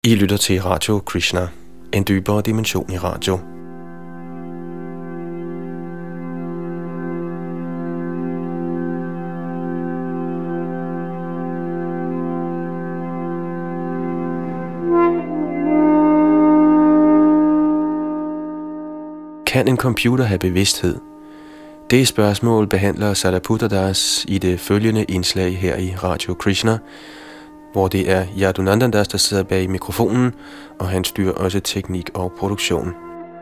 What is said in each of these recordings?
I lytter til Radio Krishna, en dybere dimension i radio. Kan en computer have bevidsthed? Det spørgsmål behandler Sariputta Das i det følgende indslag her i Radio Krishna, hvor det er Yadunandan Das, der sidder bag mikrofonen, og han styrer også teknik og produktion.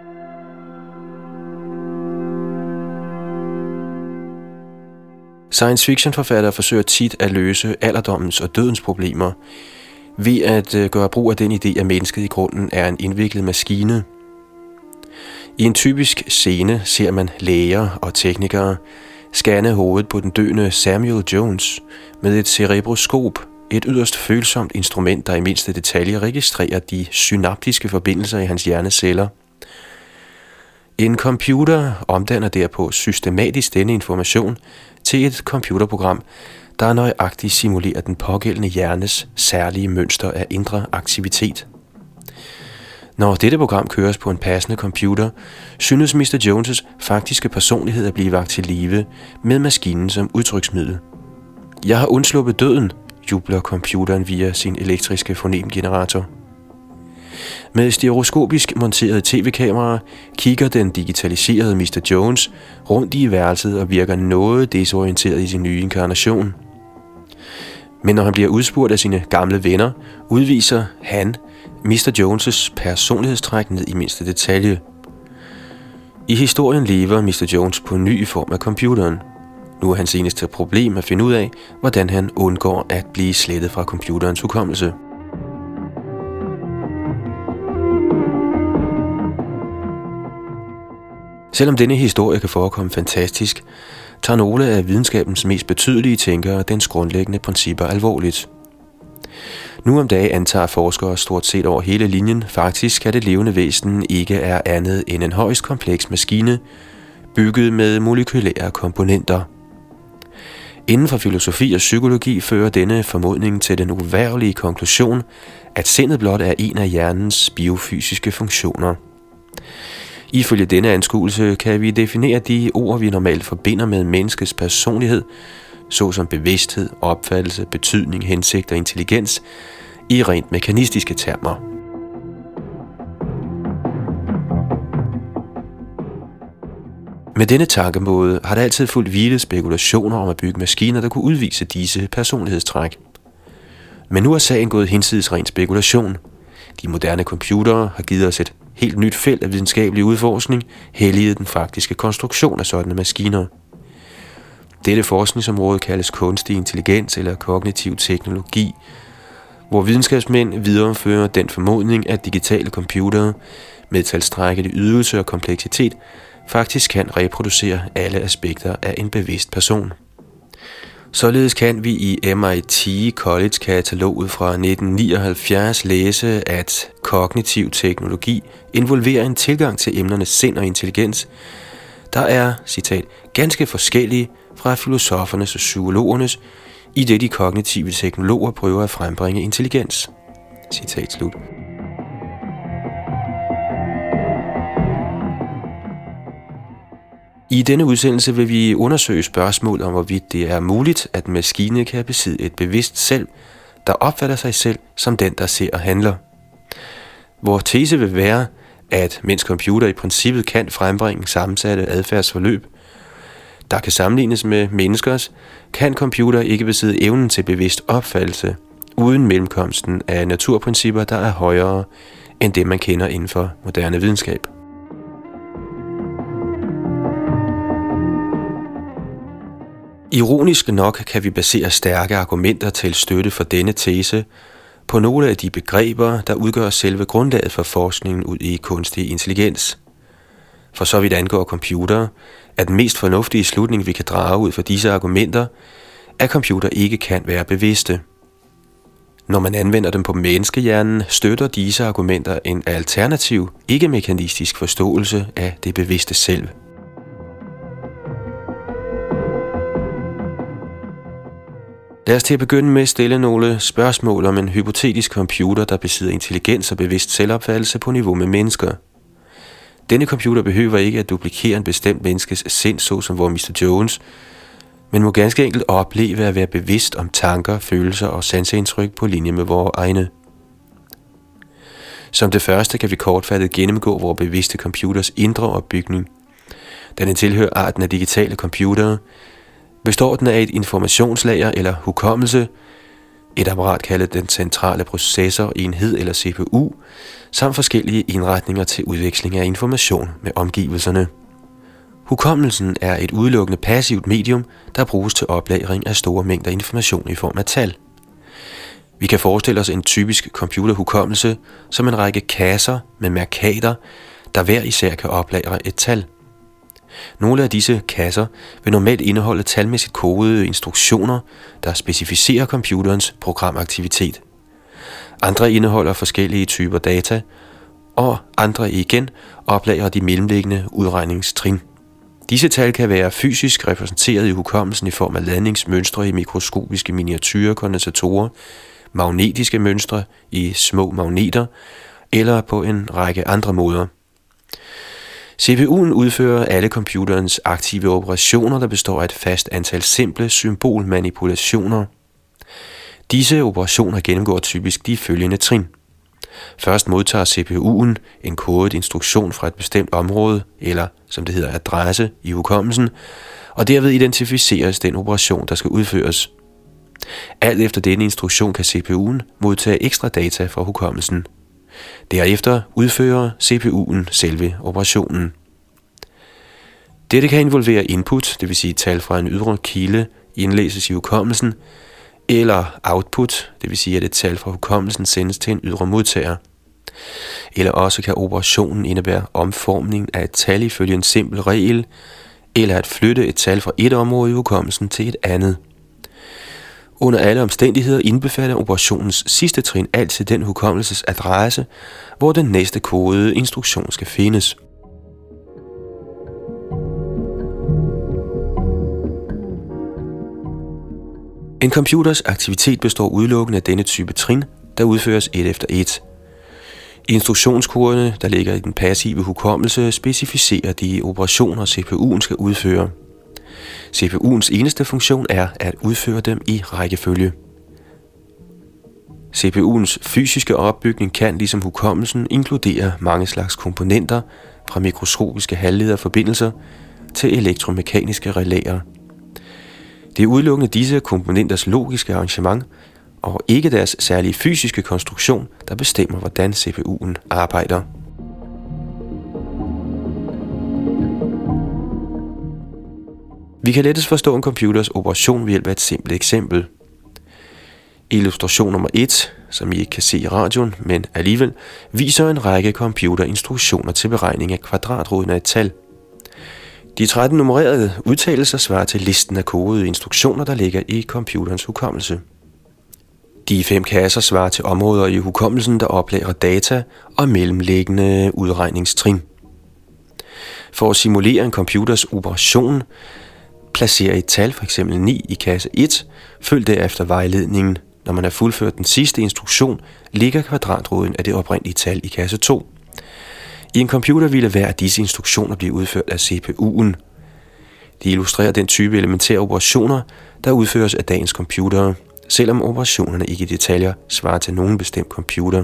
Science fiction forfattere forsøger tit at løse alderdommens og dødens problemer ved at gøre brug af den idé, at mennesket i grunden er en indviklet maskine. I en typisk scene ser man læger og teknikere scanne hovedet på den døende Samuel Jones med et cerebroskop, et yderst følsomt instrument, der i mindste detalje registrerer de synaptiske forbindelser i hans hjerneceller. En computer omdanner derpå systematisk denne information til et computerprogram, der nøjagtigt simulerer den pågældende hjernes særlige mønster af indre aktivitet. Når dette program køres på en passende computer, synes Mr. Jones' faktiske personlighed at blive vakt til live med maskinen som udtryksmiddel. Jeg har undsluppet døden, jubler computeren via sin elektriske fonemgenerator. Med stereoskopisk monterede tv-kameraer kigger den digitaliserede Mr. Jones rundt i værelset og virker noget desorienteret i sin nye inkarnation. Men når han bliver udspurgt af sine gamle venner, udviser han Mr. Jones' personlighedstræk ned i mindste detalje. I historien lever Mr. Jones på ny i form af computeren. Nu er hans eneste problem at finde ud af, hvordan han undgår at blive slettet fra computerens hukommelse. Selvom denne historie kan forekomme fantastisk, tager nogle af videnskabens mest betydelige tænkere dens grundlæggende principper alvorligt. Nu om dagen antager forskere stort set over hele linjen faktisk, at det levende væsen ikke er andet end en højst kompleks maskine, bygget med molekylære komponenter. Inden for filosofi og psykologi fører denne formodning til den uværlige konklusion, at sindet blot er en af hjernens biofysiske funktioner. Ifølge denne anskuelse kan vi definere de ord, vi normalt forbinder med menneskets personlighed, såsom bevidsthed, opfattelse, betydning, hensigt og intelligens, i rent mekanistiske termer. Med denne tankemåde har der altid fulgt vilde spekulationer om at bygge maskiner, der kunne udvise disse personlighedstræk. Men nu er sagen gået hinsides ren spekulation. De moderne computere har givet os et helt nyt felt af videnskabelig udforskning, helliget den faktiske konstruktion af sådanne maskiner. Dette forskningsområde kaldes kunstig intelligens eller kognitiv teknologi, hvor videnskabsmænd viderefører den formodning, at digitale computere med tilstrækkelig ydelse og kompleksitet faktisk kan reproducere alle aspekter af en bevidst person. Således kan vi i MIT College-kataloget fra 1979 læse, at kognitiv teknologi involverer en tilgang til emnernes sind og intelligens, der er, citat, ganske forskellige fra filosofernes og psykologernes, i det de kognitive teknologer prøver at frembringe intelligens. Citat slut. I denne udsendelse vil vi undersøge spørgsmål om, hvorvidt det er muligt, at en maskine kan besidde et bevidst selv, der opfatter sig selv som den, der ser og handler. Vor tese vil være, at mens computer i princippet kan frembringe sammensatte adfærdsforløb, der kan sammenlignes med menneskers, kan computer ikke besidde evnen til bevidst opfattelse, uden mellemkomsten af naturprincipper, der er højere end det, man kender inden for moderne videnskab. Ironisk nok kan vi basere stærke argumenter til støtte for denne tese på nogle af de begreber, der udgør selve grundlaget for forskningen ud i kunstig intelligens. For så vidt angår computere, er den mest fornuftige slutning, vi kan drage ud fra disse argumenter, at computer ikke kan være bevidste. Når man anvender dem på menneskehjernen, støtter disse argumenter en alternativ, ikke-mekanistisk forståelse af det bevidste selv. Lad os til at begynde med at stille nogle spørgsmål om en hypotetisk computer, der besidder intelligens og bevidst selvopfattelse på niveau med mennesker. Denne computer behøver ikke at duplikere en bestemt menneskes sind, såsom hvor Mr. Jones, men må ganske enkelt opleve at være bevidst om tanker, følelser og sanseindtryk på linje med vores egne. Som det første kan vi kortfattet gennemgå vores bevidste computers indre opbygning. Da den tilhører arten af digitale computere, består den af et informationslager eller hukommelse, et apparat kaldet den centrale processorenhed eller CPU, samt forskellige indretninger til udveksling af information med omgivelserne. Hukommelsen er et udelukkende passivt medium, der bruges til oplagring af store mængder information i form af tal. Vi kan forestille os en typisk computerhukommelse som en række kasser med mærkater, der hver især kan oplagre et tal. Nogle af disse kasser vil normalt indeholde talmæssigt kodede instruktioner, der specificerer computerens programaktivitet. Andre indeholder forskellige typer data, og andre igen oplagrer de mellemliggende udregningstrin. Disse tal kan være fysisk repræsenteret i hukommelsen i form af ladningsmønstre i mikroskopiske miniaturkondensatorer, magnetiske mønstre i små magneter eller på en række andre måder. CPU'en udfører alle computerens aktive operationer, der består af et fast antal simple symbolmanipulationer. Disse operationer gennemgår typisk de følgende trin. Først modtager CPU'en en kodet instruktion fra et bestemt område, eller som det hedder adresse i hukommelsen, og derved identificeres den operation, der skal udføres. Alt efter denne instruktion kan CPU'en modtage ekstra data fra hukommelsen. Derefter udfører CPU'en selve operationen. Dette kan involvere input, det vil sige tal fra en ydre kilde, indlæses i hukommelsen, eller output, det vil sige at et tal fra hukommelsen sendes til en ydre modtager. Eller også kan operationen indebære omformning af et tal ifølge en simpel regel, eller at flytte et tal fra et område i hukommelsen til et andet. Under alle omstændigheder indbefatter operationens sidste trin altid den hukommelsesadresse, hvor den næste kodede instruktion skal findes. En computers aktivitet består udelukkende af denne type trin, der udføres et efter et. Instruktionskoderne, der ligger i den passive hukommelse, specificerer de operationer, CPU'en skal udføre. CPU'ens eneste funktion er at udføre dem i rækkefølge. CPU'ens fysiske opbygning kan, ligesom hukommelsen, inkludere mange slags komponenter, fra mikroskopiske halvlederforbindelser til elektromekaniske relæer. Det er udelukkende disse komponenters logiske arrangement, og ikke deres særlige fysiske konstruktion, der bestemmer, hvordan CPU'en arbejder. Vi kan lettest forstå en computers operation ved hjælp af et simpelt eksempel. Illustration nummer 1, som I ikke kan se i radioen, men alligevel, viser en række computerinstruktioner til beregning af kvadratroden af et tal. De 13 nummererede udtalelser svarer til listen af kodede instruktioner, der ligger i computerens hukommelse. De 5 kasser svarer til områder i hukommelsen, der oplagrer data og mellemliggende udregningstrin. For at simulere en computers operation, placer et tal, f.eks. 9 i kasse 1, følg derefter vejledningen. Når man har fuldført den sidste instruktion, ligger kvadratroden af det oprindelige tal i kasse 2. I en computer ville hver af disse instruktioner blive udført af CPU'en. De illustrerer den type elementære operationer, der udføres af dagens computere, selvom operationerne ikke i detaljer svarer til nogen bestemt computer.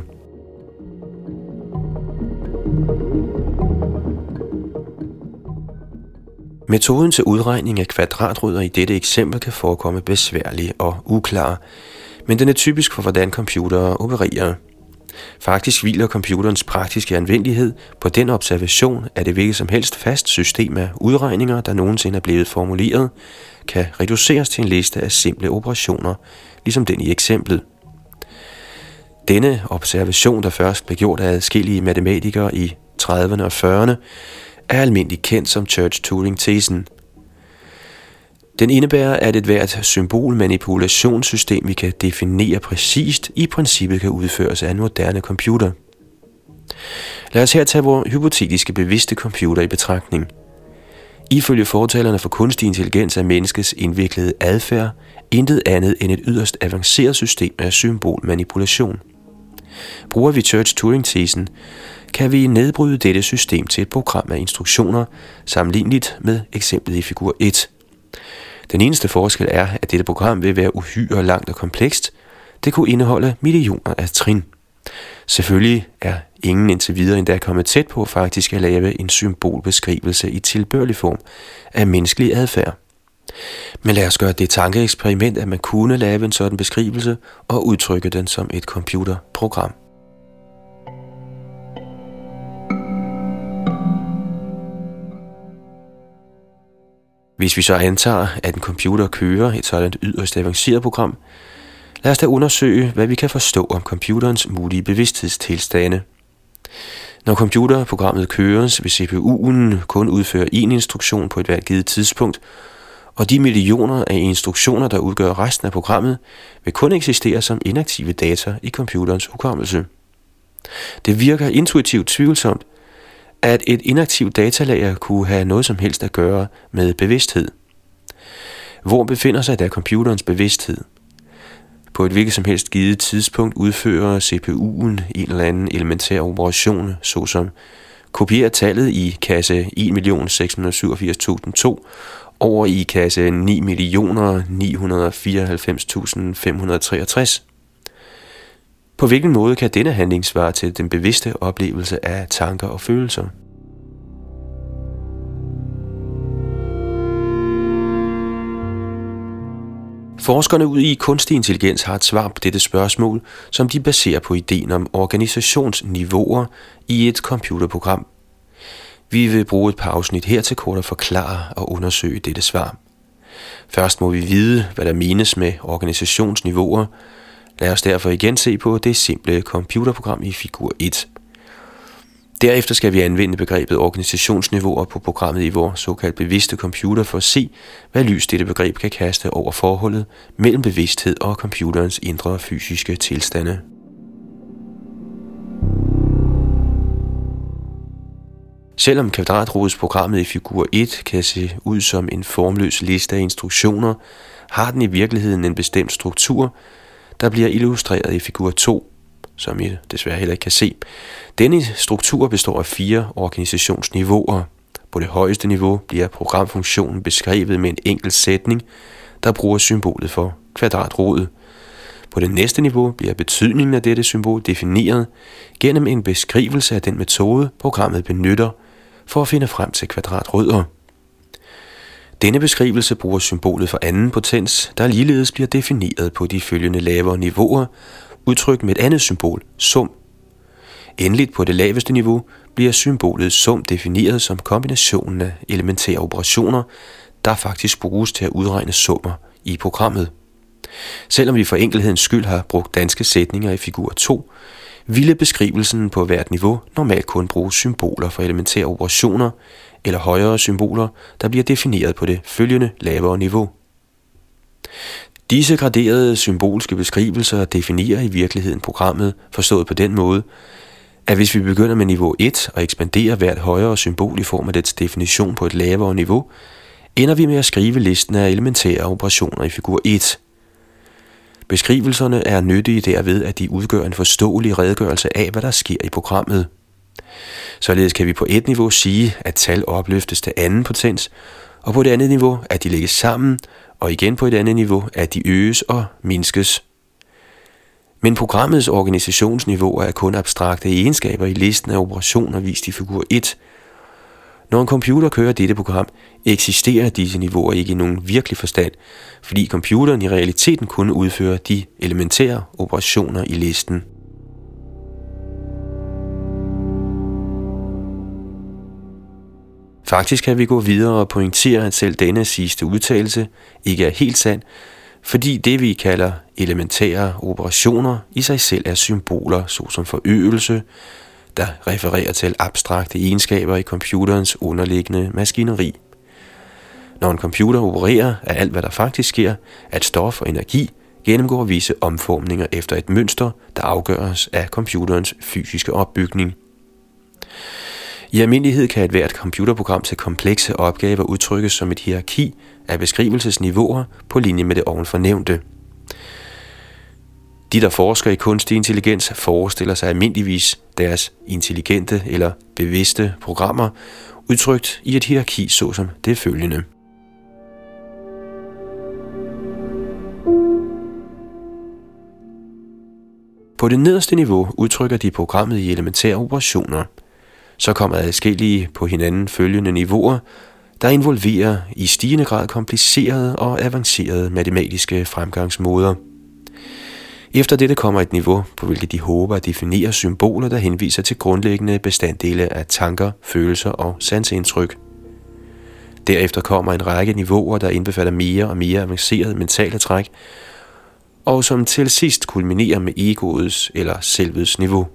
Metoden til udregning af kvadratrødder i dette eksempel kan forekomme besværlig og uklar, men den er typisk for, hvordan computere opererer. Faktisk hviler computerens praktiske anvendelighed på den observation, at det hvilket som helst fast system af udregninger, der nogensinde er blevet formuleret, kan reduceres til en liste af simple operationer, ligesom den i eksemplet. Denne observation, der først blev gjort af adskillige matematikere i 30'erne og 40'erne, er almindeligt kendt som Church-Turing-tesen. Den indebærer, at et hvert symbolmanipulationssystem, vi kan definere præcist, i princippet kan udføres af en moderne computer. Lad os her tage vores hypotetiske bevidste computer i betragtning. Ifølge fortalerne for kunstig intelligens er menneskets indviklede adfærd intet andet end et yderst avanceret system af symbolmanipulation. Bruger vi Church-Turing-tesen, kan vi nedbryde dette system til et program af instruktioner, sammenligneligt med eksemplet i figur 1. Den eneste forskel er, at dette program vil være uhyre langt og komplekst. Det kunne indeholde millioner af trin. Selvfølgelig er ingen indtil videre endda kommet tæt på faktisk at lave en symbolbeskrivelse i tilbørlig form af menneskelig adfærd. Men lad os gøre det tankeeksperiment, at man kunne lave en sådan beskrivelse og udtrykke den som et computerprogram. Hvis vi så antager, at en computer kører et sådan yderst avanceret program, lad os da undersøge, hvad vi kan forstå om computerens mulige bevidsthedstilstande. Når computerprogrammet køres, vil CPU'en kun udføre én instruktion på et hvert givet tidspunkt, og de millioner af instruktioner, der udgør resten af programmet, vil kun eksistere som inaktive data i computerens hukommelse. Det virker intuitivt tvivlsomt, at et inaktivt datalager kunne have noget som helst at gøre med bevidsthed. Hvor befinder sig da computerens bevidsthed? På et hvilket som helst givet tidspunkt udfører CPU'en en eller anden elementær operation, såsom kopiere tallet i kasse 1.687.002 over i kasse 9.994.563. På hvilken måde kan denne handling svare til den bevidste oplevelse af tanker og følelser? Forskerne ud i kunstig intelligens har et svar på dette spørgsmål, som de baserer på ideen om organisationsniveauer i et computerprogram. Vi vil bruge et par afsnit her til kort at forklare og undersøge dette svar. Først må vi vide, hvad der menes med organisationsniveauer. Lad os derfor igen se på det simple computerprogram i figur 1. Derefter skal vi anvende begrebet organisationsniveauer på programmet i vores såkaldt bevidste computer for at se, hvad lys dette begreb kan kaste over forholdet mellem bevidsthed og computerens indre fysiske tilstande. Selvom kvadratrodsprogrammet i figur 1 kan se ud som en formløs liste af instruktioner, har den i virkeligheden en bestemt struktur, der bliver illustreret i figur 2, som I desværre heller ikke kan se. Denne struktur består af 4 organisationsniveauer. På det højeste niveau bliver programfunktionen beskrevet med en enkelt sætning, der bruger symbolet for kvadratrodet. På det næste niveau bliver betydningen af dette symbol defineret gennem en beskrivelse af den metode, programmet benytter for at finde frem til kvadratrødder. Denne beskrivelse bruger symbolet for anden potens, der ligeledes bliver defineret på de følgende lavere niveauer, udtrykt med et andet symbol, sum. Endeligt på det laveste niveau bliver symbolet sum defineret som kombinationen af elementære operationer, der faktisk bruges til at udregne summer i programmet. Selvom vi for enkelhedens skyld har brugt danske sætninger i figur 2, ville beskrivelsen på hvert niveau normalt kun bruge symboler for elementære operationer eller højere symboler, der bliver defineret på det følgende lavere niveau. Disse graderede symbolske beskrivelser definerer i virkeligheden programmet, forstået på den måde, at hvis vi begynder med niveau 1 og ekspanderer hvert højere symbol i form af dets definition på et lavere niveau, ender vi med at skrive listen af elementære operationer i figur 1. Beskrivelserne er nyttige derved, at de udgør en forståelig redegørelse af, hvad der sker i programmet. Således kan vi på et niveau sige, at tal opløftes til anden potens, og på det andet niveau, at de lægges sammen, og igen på et andet niveau, at de øges og mindskes. Men programmets organisationsniveauer er kun abstrakte egenskaber i listen af operationer vist i figur 1. Når en computer kører dette program, eksisterer disse niveauer ikke i nogen virkelig forstand, fordi computeren i realiteten kun udfører de elementære operationer i listen. Faktisk kan vi gå videre og pointere, at selv denne sidste udtalelse ikke er helt sand, fordi det vi kalder elementære operationer i sig selv er symboler, såsom forøgelse, der refererer til abstrakte egenskaber i computerens underliggende maskineri. Når en computer opererer, er alt hvad der faktisk sker, at stof og energi gennemgår visse omformninger efter et mønster, der afgøres af computerens fysiske opbygning. I almindelighed kan et hvert computerprogram til komplekse opgaver udtrykkes som et hierarki af beskrivelsesniveauer på linje med det ovenfor nævnte. De, der forsker i kunstig intelligens, forestiller sig almindeligvis deres intelligente eller bevidste programmer udtrykt i et hierarki såsom det følgende. På det nederste niveau udtrykker de programmet i elementære operationer. Så kommer adskillige på hinanden følgende niveauer, der involverer i stigende grad komplicerede og avancerede matematiske fremgangsmåder. Efter dette kommer et niveau, på hvilket de håber at definere symboler, der henviser til grundlæggende bestanddele af tanker, følelser og sanseindtryk. Derefter kommer en række niveauer, der indbefatter mere og mere avancerede mentale træk, og som til sidst kulminerer med egoets eller selvets niveau.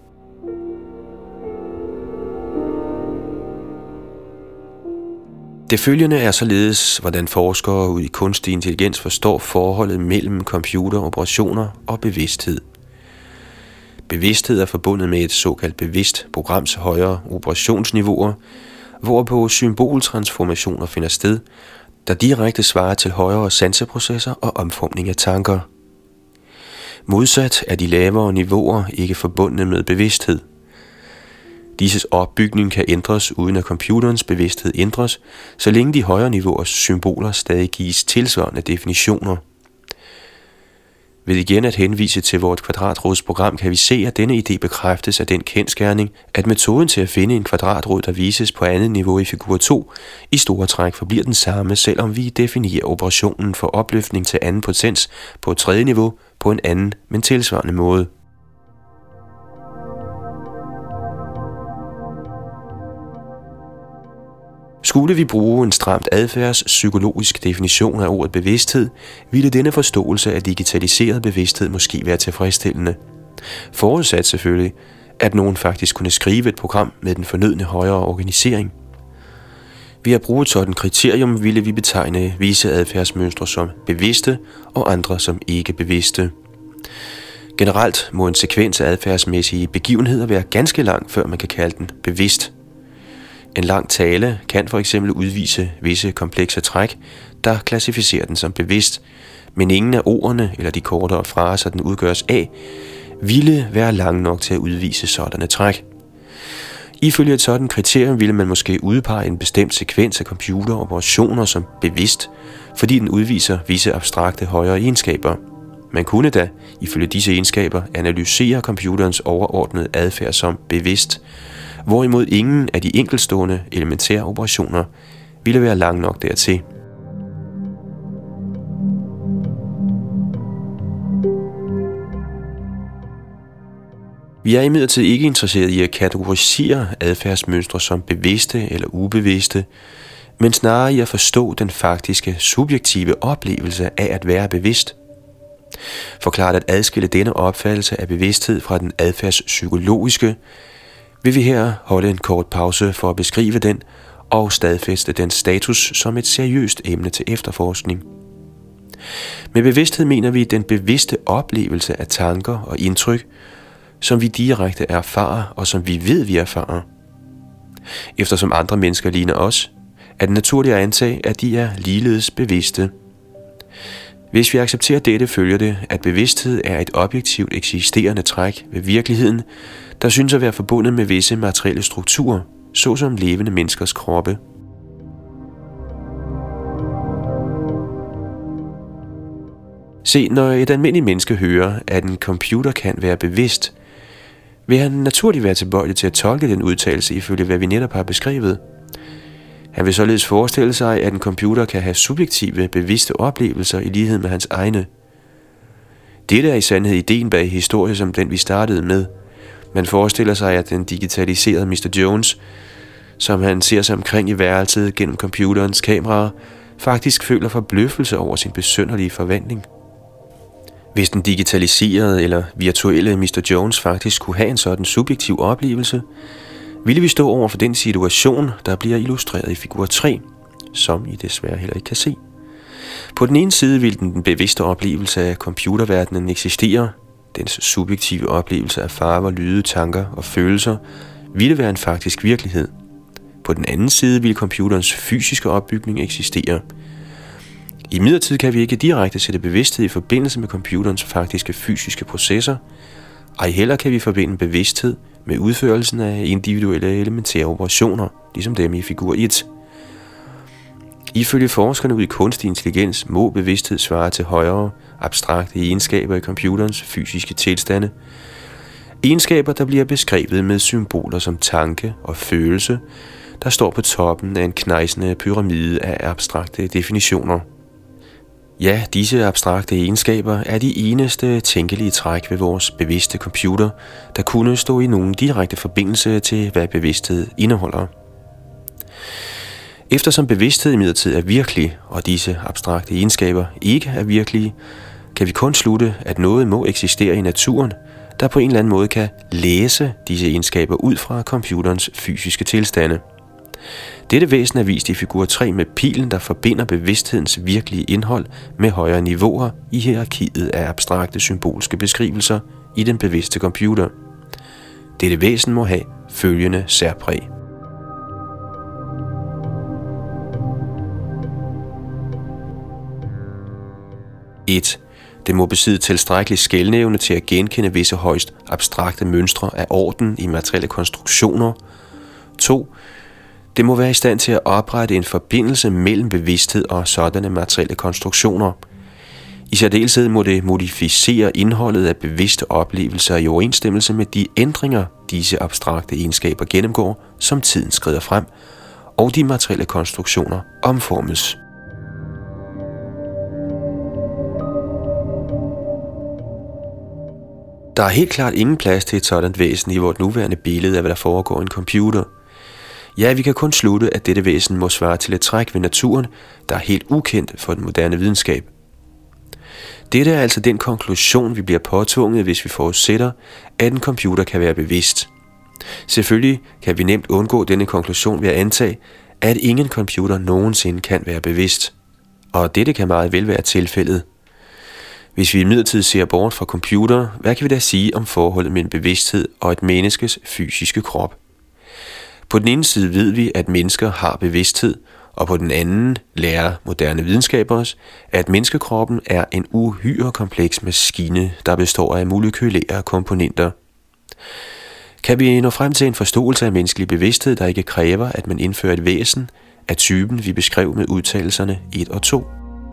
Det følgende er således, hvordan forskere ud i kunstig intelligens forstår forholdet mellem computeroperationer og bevidsthed. Bevidsthed er forbundet med et såkaldt bevidst programs højere operationsniveauer, hvorpå symboltransformationer finder sted, der direkte svarer til højere sanseprocesser og omformning af tanker. Modsat er de lavere niveauer ikke forbundne med bevidsthed. Disses opbygning kan ændres uden at computerens bevidsthed ændres, så længe de højere niveauers symboler stadig gives tilsvarende definitioner. Ved igen at henvise til vores kvadratrodsprogram kan vi se, at denne idé bekræftes af den kendsgerning, at metoden til at finde en kvadratrod, der vises på andet niveau i figur 2, i store træk forbliver den samme, selvom vi definerer operationen for opløftning til anden potens på et tredje niveau på en anden, men tilsvarende måde. Skulle vi bruge en stramt adfærdspsykologisk definition af ordet bevidsthed, ville denne forståelse af digitaliseret bevidsthed måske være tilfredsstillende. Forudsat selvfølgelig, at nogen faktisk kunne skrive et program med den fornødne højere organisering. Ved at bruge et sådan kriterium ville vi betegne visse adfærdsmønstre som bevidste og andre som ikke bevidste. Generelt må en sekvens af adfærdsmæssige begivenheder være ganske lang, før man kan kalde den bevidst. En lang tale kan for eksempel udvise visse komplekse træk, der klassificerer den som bevidst, men ingen af ordene eller de kortere fraser, den udgøres af, ville være lang nok til at udvise sådanne træk. Ifølge et sådan kriterium ville man måske udpege en bestemt sekvens af computeroperationer som bevidst, fordi den udviser visse abstrakte højere egenskaber. Man kunne da, ifølge disse egenskaber, analysere computerens overordnede adfærd som bevidst, hvorimod ingen af de enkeltstående elementære operationer ville være lang nok dertil. Vi er imidlertid ikke interesseret i at kategorisere adfærdsmønstre som bevidste eller ubevidste, men snarere i at forstå den faktiske subjektive oplevelse af at være bevidst. For klart at adskille denne opfattelse af bevidsthed fra den adfærdspsykologiske, vil vi her holde en kort pause for at beskrive den og stadfæste dens status som et seriøst emne til efterforskning. Med bevidsthed mener vi den bevidste oplevelse af tanker og indtryk, som vi direkte erfarer og som vi ved, vi erfarer. Eftersom andre mennesker ligner os, er det naturligt at antage, at de er ligeledes bevidste. Hvis vi accepterer dette, følger det, at bevidsthed er et objektivt eksisterende træk ved virkeligheden, der synes at være forbundet med visse materielle strukturer, såsom levende menneskers kroppe. Se, når et almindeligt menneske hører, at en computer kan være bevidst, vil han naturligt være tilbøjelig til at tolke den udtalelse ifølge hvad vi netop har beskrevet. Han vil således forestille sig, at en computer kan have subjektive, bevidste oplevelser i lighed med hans egne. Dette er i sandhed ideen bag historie som den vi startede med. Man forestiller sig, at den digitaliserede Mr. Jones, som han ser sig omkring i værelset gennem computerens kameraer, faktisk føler forbløffelse over sin besynderlige forvandling. Hvis den digitaliserede eller virtuelle Mr. Jones faktisk kunne have en sådan subjektiv oplevelse, ville vi stå over for den situation, der bliver illustreret i figur 3, som I desværre heller ikke kan se. På den ene side vil den bevidste oplevelse af computerverdenen eksistere. Dens subjektive oplevelse af farver, lyde, tanker og følelser ville være en faktisk virkelighed. På den anden side vil computerens fysiske opbygning eksistere. Imidlertid kan vi ikke direkte sætte bevidsthed i forbindelse med computerens faktiske fysiske processer, ej heller kan vi forbinde bevidsthed med udførelsen af individuelle elementære operationer, ligesom dem i figur 1. Ifølge forskerne ud i kunstig intelligens må bevidsthed svare til højere, abstrakte egenskaber i computerens fysiske tilstande. Egenskaber, der bliver beskrevet med symboler som tanke og følelse, der står på toppen af en knejsende pyramide af abstrakte definitioner. Ja, disse abstrakte egenskaber er de eneste tænkelige træk ved vores bevidste computer, der kunne stå i nogen direkte forbindelse til, hvad bevidsthed indeholder. Eftersom bevidsthed imidlertid er virkelig, og disse abstrakte egenskaber ikke er virkelige, kan vi kun slutte, at noget må eksistere i naturen, der på en eller anden måde kan læse disse egenskaber ud fra computerens fysiske tilstande. Dette væsen er vist i figur 3 med pilen, der forbinder bevidsthedens virkelige indhold med højere niveauer i hierarkiet af abstrakte symbolske beskrivelser i den bevidste computer. Dette væsen må have følgende særpræg. 1. Det må besidde tilstrækkelig skelnevne til at genkende visse højst abstrakte mønstre af orden i materielle konstruktioner. 2. Det må være i stand til at oprette en forbindelse mellem bevidsthed og sådanne materielle konstruktioner. I særdeleshed må det modificere indholdet af bevidste oplevelser i overensstemmelse med de ændringer, disse abstrakte egenskaber gennemgår, som tiden skrider frem, og de materielle konstruktioner omformes. Der er helt klart ingen plads til et sådan væsen i vort nuværende billede af, hvad der foregår i en computer. Ja, vi kan kun slutte, at dette væsen må svare til et træk ved naturen, der er helt ukendt for den moderne videnskab. Dette er altså den konklusion, vi bliver påtvunget, hvis vi forudsætter, at en computer kan være bevidst. Selvfølgelig kan vi nemt undgå denne konklusion ved at antage, at ingen computer nogensinde kan være bevidst. Og dette kan meget vel være tilfældet. Hvis vi imidlertid ser bort fra computer, hvad kan vi da sige om forholdet mellem bevidsthed og et menneskes fysiske krop? På den ene side ved vi, at mennesker har bevidsthed, og på den anden lærer moderne videnskaber os, at menneskekroppen er en uhyre kompleks maskine, der består af molekylære komponenter. Kan vi nå frem til en forståelse af menneskelig bevidsthed, der ikke kræver, at man indfører et væsen af typen, vi beskrev med udtalelserne 1 og 2?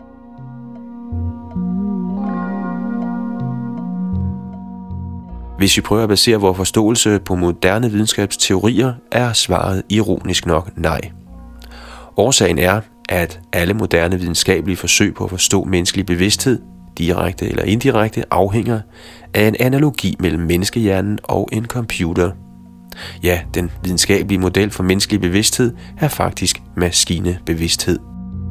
Hvis vi prøver at basere vores forståelse på moderne videnskabsteorier, er svaret ironisk nok nej. Årsagen er, at alle moderne videnskabelige forsøg på at forstå menneskelig bevidsthed, direkte eller indirekte, afhænger af en analogi mellem menneskehjernen og en computer. Ja, den videnskabelige model for menneskelig bevidsthed er faktisk maskinebevidsthed.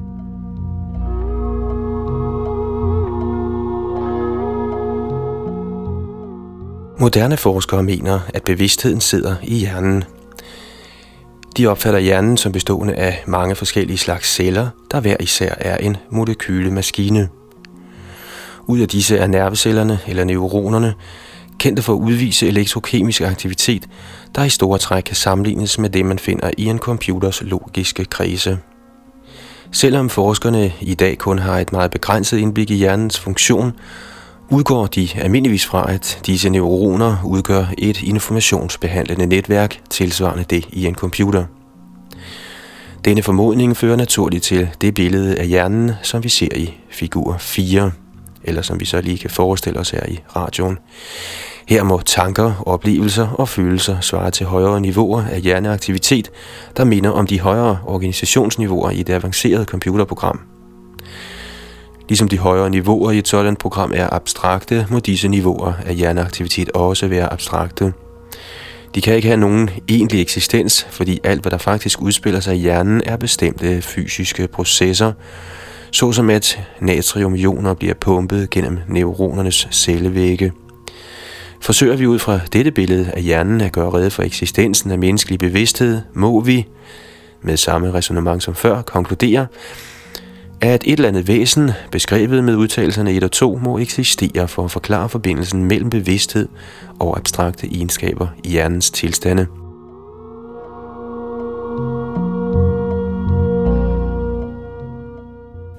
Moderne forskere mener, at bevidstheden sidder i hjernen. De opfatter hjernen som bestående af mange forskellige slags celler, der hver især er en molekylemaskine. Ud af disse er nervecellerne eller neuronerne kendte for at udvise elektrokemisk aktivitet, der i store træk kan sammenlignes med det, man finder i en computers logiske kredse. Selvom forskerne i dag kun har et meget begrænset indblik i hjernens funktion, udgår de almindeligvis fra, at disse neuroner udgør et informationsbehandlende netværk, tilsvarende det i en computer. Denne formodning fører naturligt til det billede af hjernen, som vi ser i figur 4, eller som vi så lige kan forestille os her i radioen. Her må tanker, oplevelser og følelser svare til højere niveauer af hjerneaktivitet, der minder om de højere organisationsniveauer i det avancerede computerprogram. Ligesom de højere niveauer i et sådan program er abstrakte, må disse niveauer af hjerneaktivitet også være abstrakte. De kan ikke have nogen egentlig eksistens, fordi alt, hvad der faktisk udspiller sig i hjernen, er bestemte fysiske processer, såsom at natriumioner bliver pumpet gennem neuronernes cellevægge. Forsøger vi ud fra dette billede af hjernen at gøre rede for eksistensen af menneskelig bevidsthed, må vi, med samme ræsonnement som før, konkludere, at et eller andet væsen, beskrevet med udtalelserne 1 og 2, må eksistere for at forklare forbindelsen mellem bevidsthed og abstrakte egenskaber i hjernens tilstande.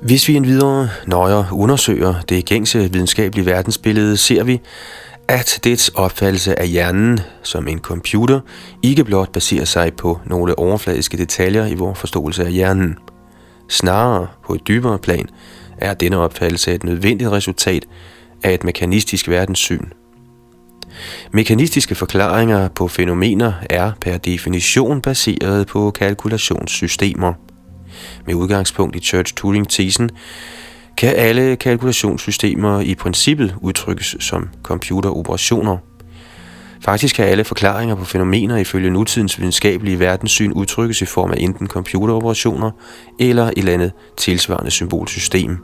Hvis vi endvidere nøjere undersøger det gængse videnskabelige verdensbillede, ser vi, at dets opfattelse af hjernen som en computer ikke blot baserer sig på nogle overfladiske detaljer i vores forståelse af hjernen. Snarere på et dybere plan er denne opfattelse et nødvendigt resultat af et mekanistisk verdenssyn. Mekanistiske forklaringer på fænomener er per definition baseret på kalkulationssystemer. Med udgangspunkt i Church-Turing-tesen kan alle kalkulationssystemer i princippet udtrykkes som computeroperationer. Faktisk kan alle forklaringer på fænomener ifølge nutidens videnskabelige verdenssyn udtrykkes i form af enten computeroperationer eller et eller andet tilsvarende symbolsystem.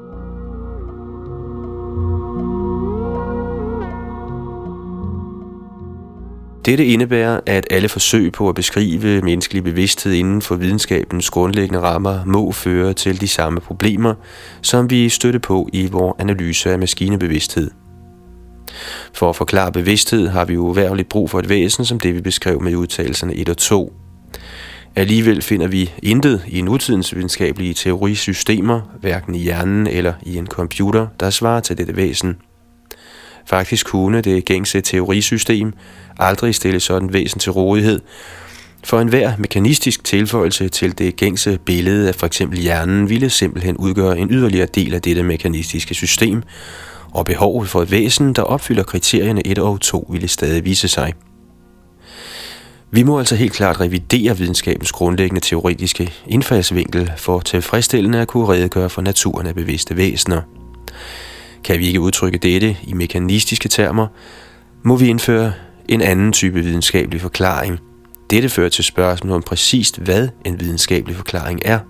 Dette indebærer, at alle forsøg på at beskrive menneskelig bevidsthed inden for videnskabens grundlæggende rammer må føre til de samme problemer, som vi støtte på i vores analyse af maskinebevidsthed. For at forklare bevidsthed har vi uværligt brug for et væsen som det, vi beskrev med udtalelserne 1 og 2. Alligevel finder vi intet i nutidens videnskabelige teorisystemer, hverken i hjernen eller i en computer, der svarer til dette væsen. Faktisk kunne det gængse teorisystem aldrig stille sådan væsen til rådighed, for enhver mekanistisk tilføjelse til det gængse billede af f.eks. hjernen ville simpelthen udgøre en yderligere del af dette mekanistiske system, og behovet for et væsen, der opfylder kriterierne 1 og 2, ville stadig vise sig. Vi må altså helt klart revidere videnskabens grundlæggende teoretiske indfaldsvinkel for tilfredsstillende at kunne redegøre for naturen af bevidste væsener. Kan vi ikke udtrykke dette i mekanistiske termer, må vi indføre en anden type videnskabelig forklaring. Dette fører til spørgsmål om præcist, hvad en videnskabelig forklaring er.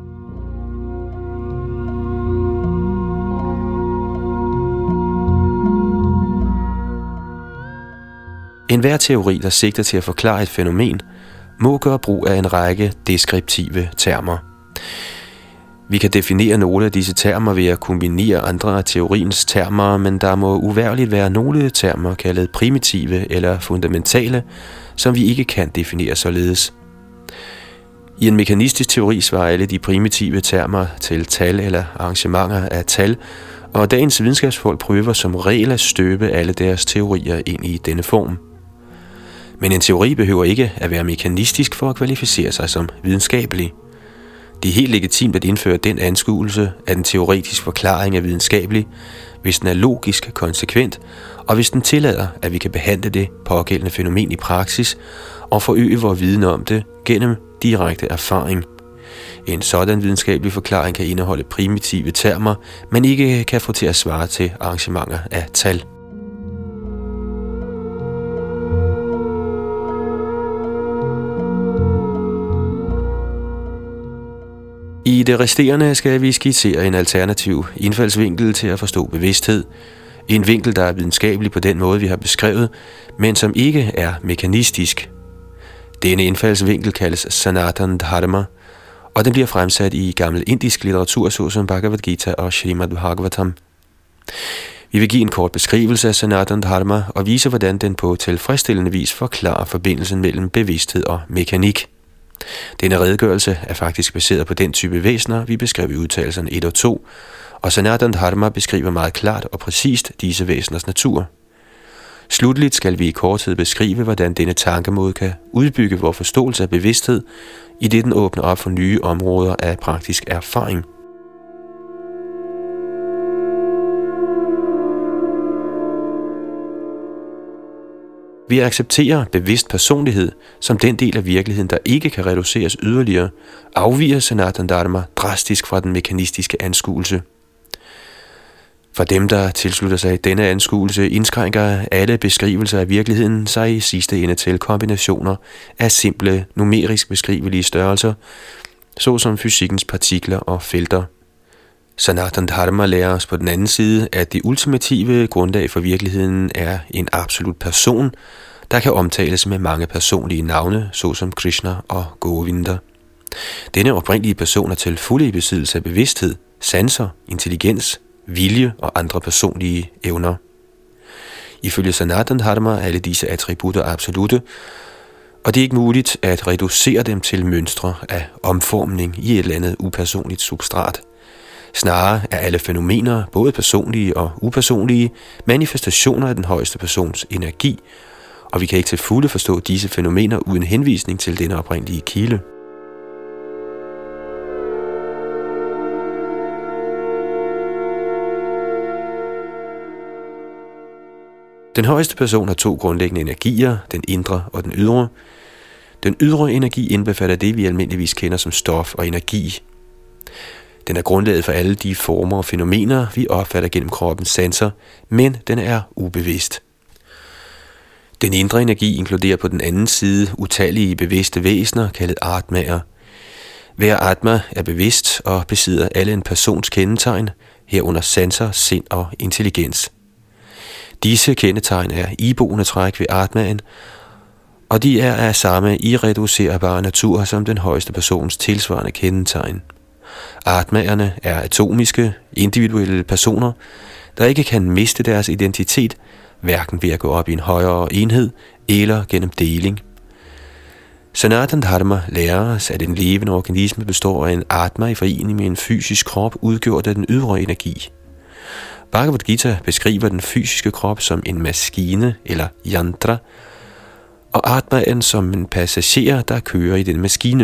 Enhver teori, der sigter til at forklare et fænomen, må gøre brug af en række deskriptive termer. Vi kan definere nogle af disse termer ved at kombinere andre af teoriens termer, men der må uværligt være nogle termer kaldet primitive eller fundamentale, som vi ikke kan definere således. I en mekanistisk teori svarer alle de primitive termer til tal eller arrangementer af tal, og dagens videnskabsfolk prøver som regel at støbe alle deres teorier ind i denne form. Men en teori behøver ikke at være mekanistisk for at kvalificere sig som videnskabelig. Det er helt legitimt at indføre den anskuelse, at en teoretisk forklaring er videnskabelig, hvis den er logisk konsekvent, og hvis den tillader, at vi kan behandle det pågældende fænomen i praksis og forøge vores viden om det gennem direkte erfaring. En sådan videnskabelig forklaring kan indeholde primitive termer, men ikke kan få til at svare til arrangementer af tal. I det resterende skal vi skitsere en alternativ indfaldsvinkel til at forstå bevidsthed. En vinkel, der er videnskabelig på den måde, vi har beskrevet, men som ikke er mekanistisk. Denne indfaldsvinkel kaldes Sanatana Dharma, og den bliver fremsat i gammel indisk litteratur, såsom Bhagavad Gita og Srimad Bhagavatam. Vi vil give en kort beskrivelse af Sanatana Dharma og vise, hvordan den på tilfredsstillende vis forklarer forbindelsen mellem bevidsthed og mekanik. Denne redegørelse er faktisk baseret på den type væsener, vi beskrev i udtalelserne 1 og 2, og Sanatana Dharma beskriver meget klart og præcist disse væseners natur. Slutligt skal vi i korthed beskrive, hvordan denne tankemåde kan udbygge vores forståelse af bevidsthed, i det den åbner op for nye områder af praktisk erfaring. Vi accepterer bevidst personlighed som den del af virkeligheden, der ikke kan reduceres yderligere, afviger Sanatana Dharma drastisk fra den mekanistiske anskuelse. For dem, der tilslutter sig denne anskuelse, indskrænker alle beskrivelser af virkeligheden sig i sidste ende til kombinationer af simple, numerisk beskrivelige størrelser, såsom fysikkens partikler og felter. Sanatana Dharma lærer os på den anden side, at det ultimative grundlag for virkeligheden er en absolut person, der kan omtales med mange personlige navne, såsom Krishna og Govinda. Denne oprindelige person er til fulde i besiddelse af bevidsthed, sanser, intelligens, vilje og andre personlige evner. Ifølge Sanatana Dharma er alle disse attributter absolutte, og det er ikke muligt at reducere dem til mønstre af omformning i et eller andet upersonligt substrat. Snarere er alle fænomener, både personlige og upersonlige, manifestationer af den højeste persons energi, og vi kan ikke til fulde forstå disse fænomener uden henvisning til denne oprindelige kilde. Den højeste person har to grundlæggende energier, den indre og den ydre. Den ydre energi indbefatter det, vi almindeligvis kender som stof og energi. Den er grundlaget for alle de former og fænomener, vi opfatter gennem kroppens sanser, men den er ubevidst. Den indre energi inkluderer på den anden side utallige bevidste væsener, kaldet atmaer. Hver atma er bevidst og besidder alle en persons kendetegn, herunder sanser, sind og intelligens. Disse kendetegn er iboende træk ved atmaen, og de er af samme irreducerbare natur som den højeste persons tilsvarende kendetegn. Atmaerne er atomiske, individuelle personer, der ikke kan miste deres identitet, hverken ved at gå op i en højere enhed eller gennem deling. Sanatana Dharma lærer os, at en levende organisme består af en atma i forening med en fysisk krop udgjort af den ydre energi. Bhagavad Gita beskriver den fysiske krop som en maskine eller yantra, og atmaen som en passager, der kører i den maskine.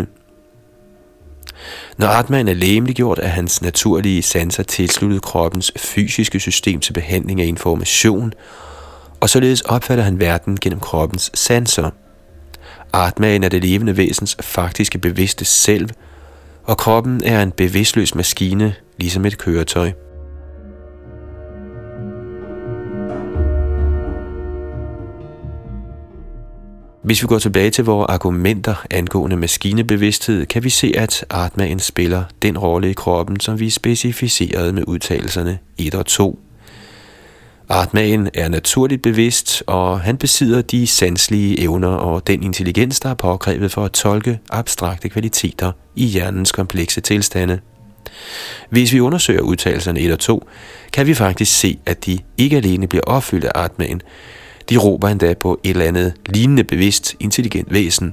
Når atmaen er legemliggjort, er hans naturlige sanser tilsluttet kroppens fysiske system til behandling af information, og således opfatter han verden gennem kroppens sanser. Atmaen er det levende væsens faktiske bevidste selv, og kroppen er en bevidstløs maskine, ligesom et køretøj. Hvis vi går tilbage til vores argumenter angående maskinebevidsthed, kan vi se, at atmaen spiller den rolle i kroppen, som vi specificerede med udtalelserne 1 og 2. Atmaen er naturligt bevidst, og han besidder de sanselige evner og den intelligens, der er påkrævet for at tolke abstrakte kvaliteter i hjernens komplekse tilstande. Hvis vi undersøger udtalelserne 1 og 2, kan vi faktisk se, at de ikke alene bliver opfyldt af atmaen, de råber endda på et eller andet lignende bevidst, intelligent væsen.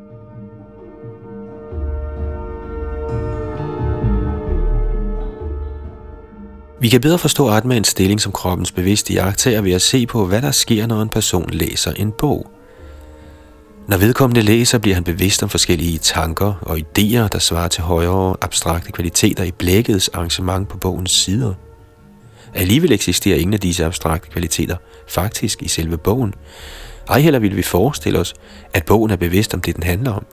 Vi kan bedre forstå atmaens stilling som kroppens bevidste iagttager ved at se på, hvad der sker, når en person læser en bog. Når vedkommende læser, bliver han bevidst om forskellige tanker og idéer, der svarer til højere abstrakte kvaliteter i blækkets arrangement på bogens sider. Alligevel eksisterer ingen af disse abstrakte kvaliteter faktisk i selve bogen. Ej heller vil vi forestille os, at bogen er bevidst om det, den handler om.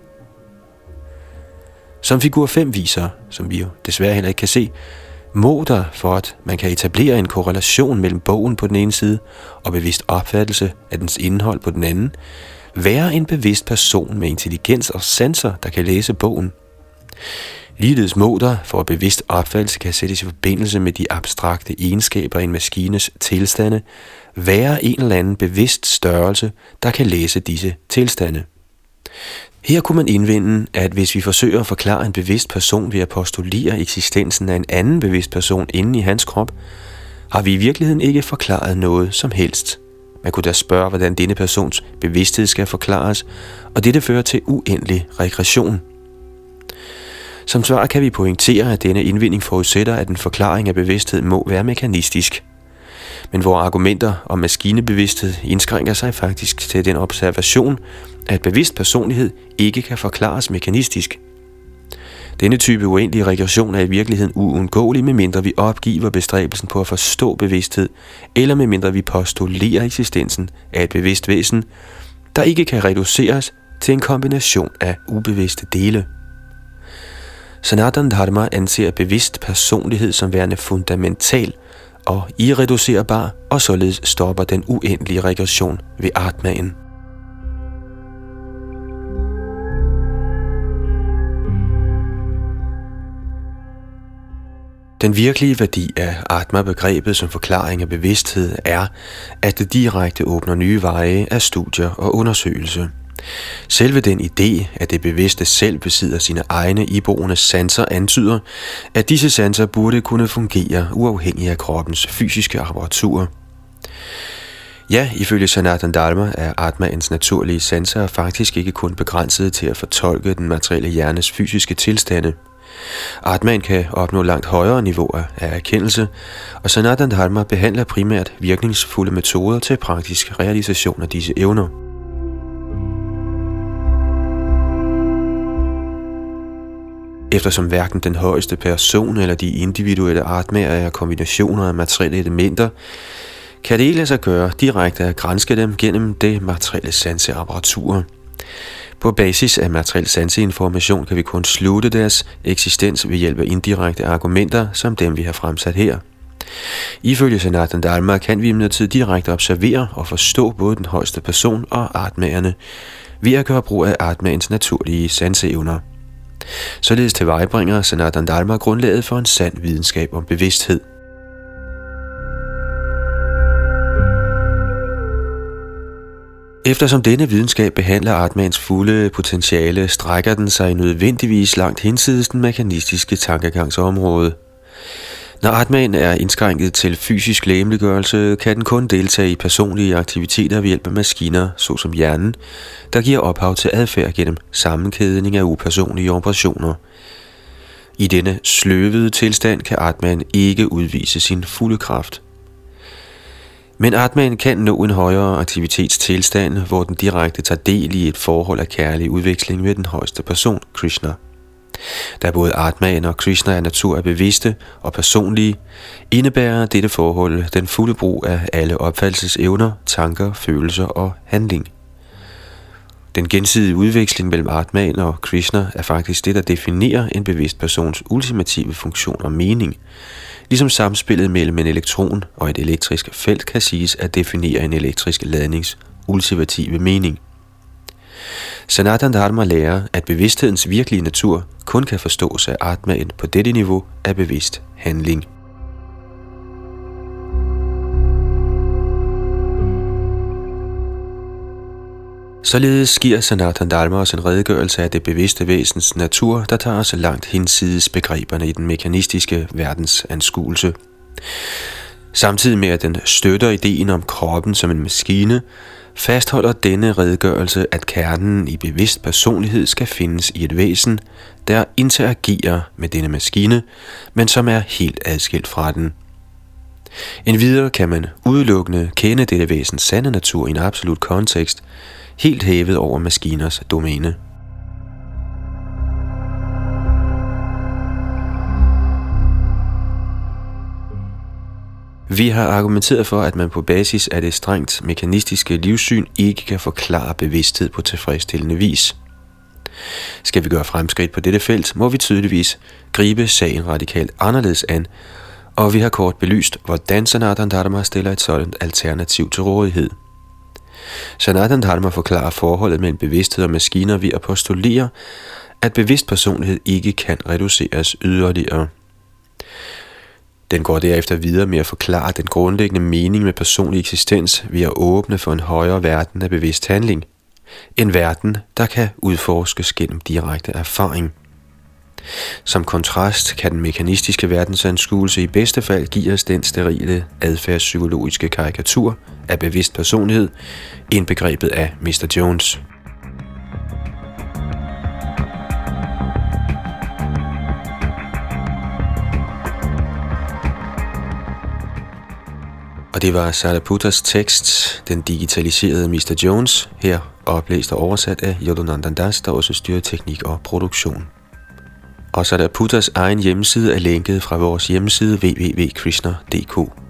Som figur 5 viser, som vi jo desværre heller ikke kan se, må der, for at man kan etablere en korrelation mellem bogen på den ene side og bevidst opfattelse af dens indhold på den anden, være en bevidst person med intelligens og sanser, der kan læse bogen. Ligeledes må der, for at bevidst opfattelse kan sættes i forbindelse med de abstrakte egenskaber i en maskines tilstande, være en eller anden bevidst størrelse, der kan læse disse tilstande. Her kunne man indvende, at hvis vi forsøger at forklare en bevidst person ved at postulere eksistensen af en anden bevidst person inde i hans krop, har vi i virkeligheden ikke forklaret noget som helst. Man kunne da spørge, hvordan denne persons bevidsthed skal forklares, og dette fører til uendelig regression. Som svar kan vi pointere, at denne indvending forudsætter, at en forklaring af bevidsthed må være mekanistisk. Men vores argumenter om maskinebevidsthed indskrænker sig faktisk til den observation, at bevidst personlighed ikke kan forklares mekanistisk. Denne type uendelig regression er i virkeligheden uundgåelig, medmindre vi opgiver bestræbelsen på at forstå bevidsthed, eller medmindre vi postulerer eksistensen af et bevidst væsen, der ikke kan reduceres til en kombination af ubevidste dele. Sanatana Dharma anser bevidst personlighed som værende fundamental og irreducerbar, og således stopper den uendelige regression ved atmaen. Den virkelige værdi af atma-begrebet som forklaring af bevidsthed er, at det direkte åbner nye veje af studier og undersøgelse. Selve den idé, at det bevidste selv besidder sine egne iboende sanser, antyder, at disse sanser burde kunne fungere uafhængig af kroppens fysiske apparatur. Ja, ifølge Sanatana Dharma er atmaens naturlige sanser faktisk ikke kun begrænset til at fortolke den materielle hjernes fysiske tilstande. Atman kan opnå langt højere niveauer af erkendelse, og Sanatana Dharma behandler primært virkningsfulde metoder til praktisk realisation af disse evner. Eftersom hverken den højeste person eller de individuelle atmaer er kombinationer af materielle elementer, kan det ikke lade sig gøre direkte at granske dem gennem det materielle sanseapparatur. På basis af materiel sanseinformation kan vi kun slutte deres eksistens ved hjælp af indirekte argumenter, som dem vi har fremsat her. Ifølge Sanatana Dharma kan vi imidlertid direkte observere og forstå både den højeste person og atmaerne ved at gøre brug af atmaens naturlige sanseevner. Således tilvejebringer Sanatana Dharma grundlaget for en sand videnskab om bevidsthed. Eftersom denne videnskab behandler atmans fulde potentiale, strækker den sig nødvendigvis langt hinsides den mekanistiske tankegangsområde. Når atman er indskrænket til fysisk legemliggørelse, kan den kun deltage i personlige aktiviteter ved hjælp af maskiner, såsom hjernen, der giver ophav til adfærd gennem sammenkædning af upersonlige operationer. I denne sløvede tilstand kan atman ikke udvise sin fulde kraft. Men atman kan nå en højere aktivitetstilstand, hvor den direkte tager del i et forhold af kærlig udveksling med den højeste person, Krishna. Da både atman og Krishna er natur af bevidste og personlige, indebærer dette forhold den fulde brug af alle opfattelsesevner, tanker, følelser og handling. Den gensidige udveksling mellem atman og Krishna er faktisk det, der definerer en bevidst persons ultimative funktion og mening, ligesom samspillet mellem en elektron og et elektrisk felt kan siges at definere en elektrisk ladnings ultimative mening. Sanatana Dharma lærer, at bevidsthedens virkelige natur kun kan forstås af atmaen på dette niveau af bevidst handling. Således giver Sanatana Dharma os en redegørelse af det bevidste væsens natur, der tager os langt hinsides begreberne i den mekanistiske verdens anskuelse. Samtidig med at den støtter ideen om kroppen som en maskine, fastholder denne redegørelse, at kernen i bevidst personlighed skal findes i et væsen, der interagerer med denne maskine, men som er helt adskilt fra den. Endvidere kan man udelukkende kende dette væsens sande natur i en absolut kontekst, helt hævet over maskiners domæne. Vi har argumenteret for, at man på basis af det strengt mekanistiske livssyn ikke kan forklare bevidsthed på tilfredsstillende vis. Skal vi gøre fremskridt på dette felt, må vi tydeligvis gribe sagen radikalt anderledes an, og vi har kort belyst, hvordan Sanatana Dharma stiller et sådan alternativ til rådighed. Sanatana Dharma forklarer forholdet mellem bevidsthed og maskiner ved at postulere, at bevidst personlighed ikke kan reduceres yderligere. Den går derefter videre med at forklare den grundlæggende mening med personlig eksistens ved at åbne for en højere verden af bevidst handling. En verden, der kan udforskes gennem direkte erfaring. Som kontrast kan den mekanistiske verdensanskuelse i bedste fald give os den sterile adfærdspsykologiske karikatur af bevidst personlighed, indbegrebet af Mr. Jones. Og det var Sariputtas tekst, den digitaliserede Mr. Jones, her oplæst og oversat af Yadunandan Das, der også styrer teknik og produktion. Og Sariputtas egen hjemmeside er lænket fra vores hjemmeside www.krishna.dk.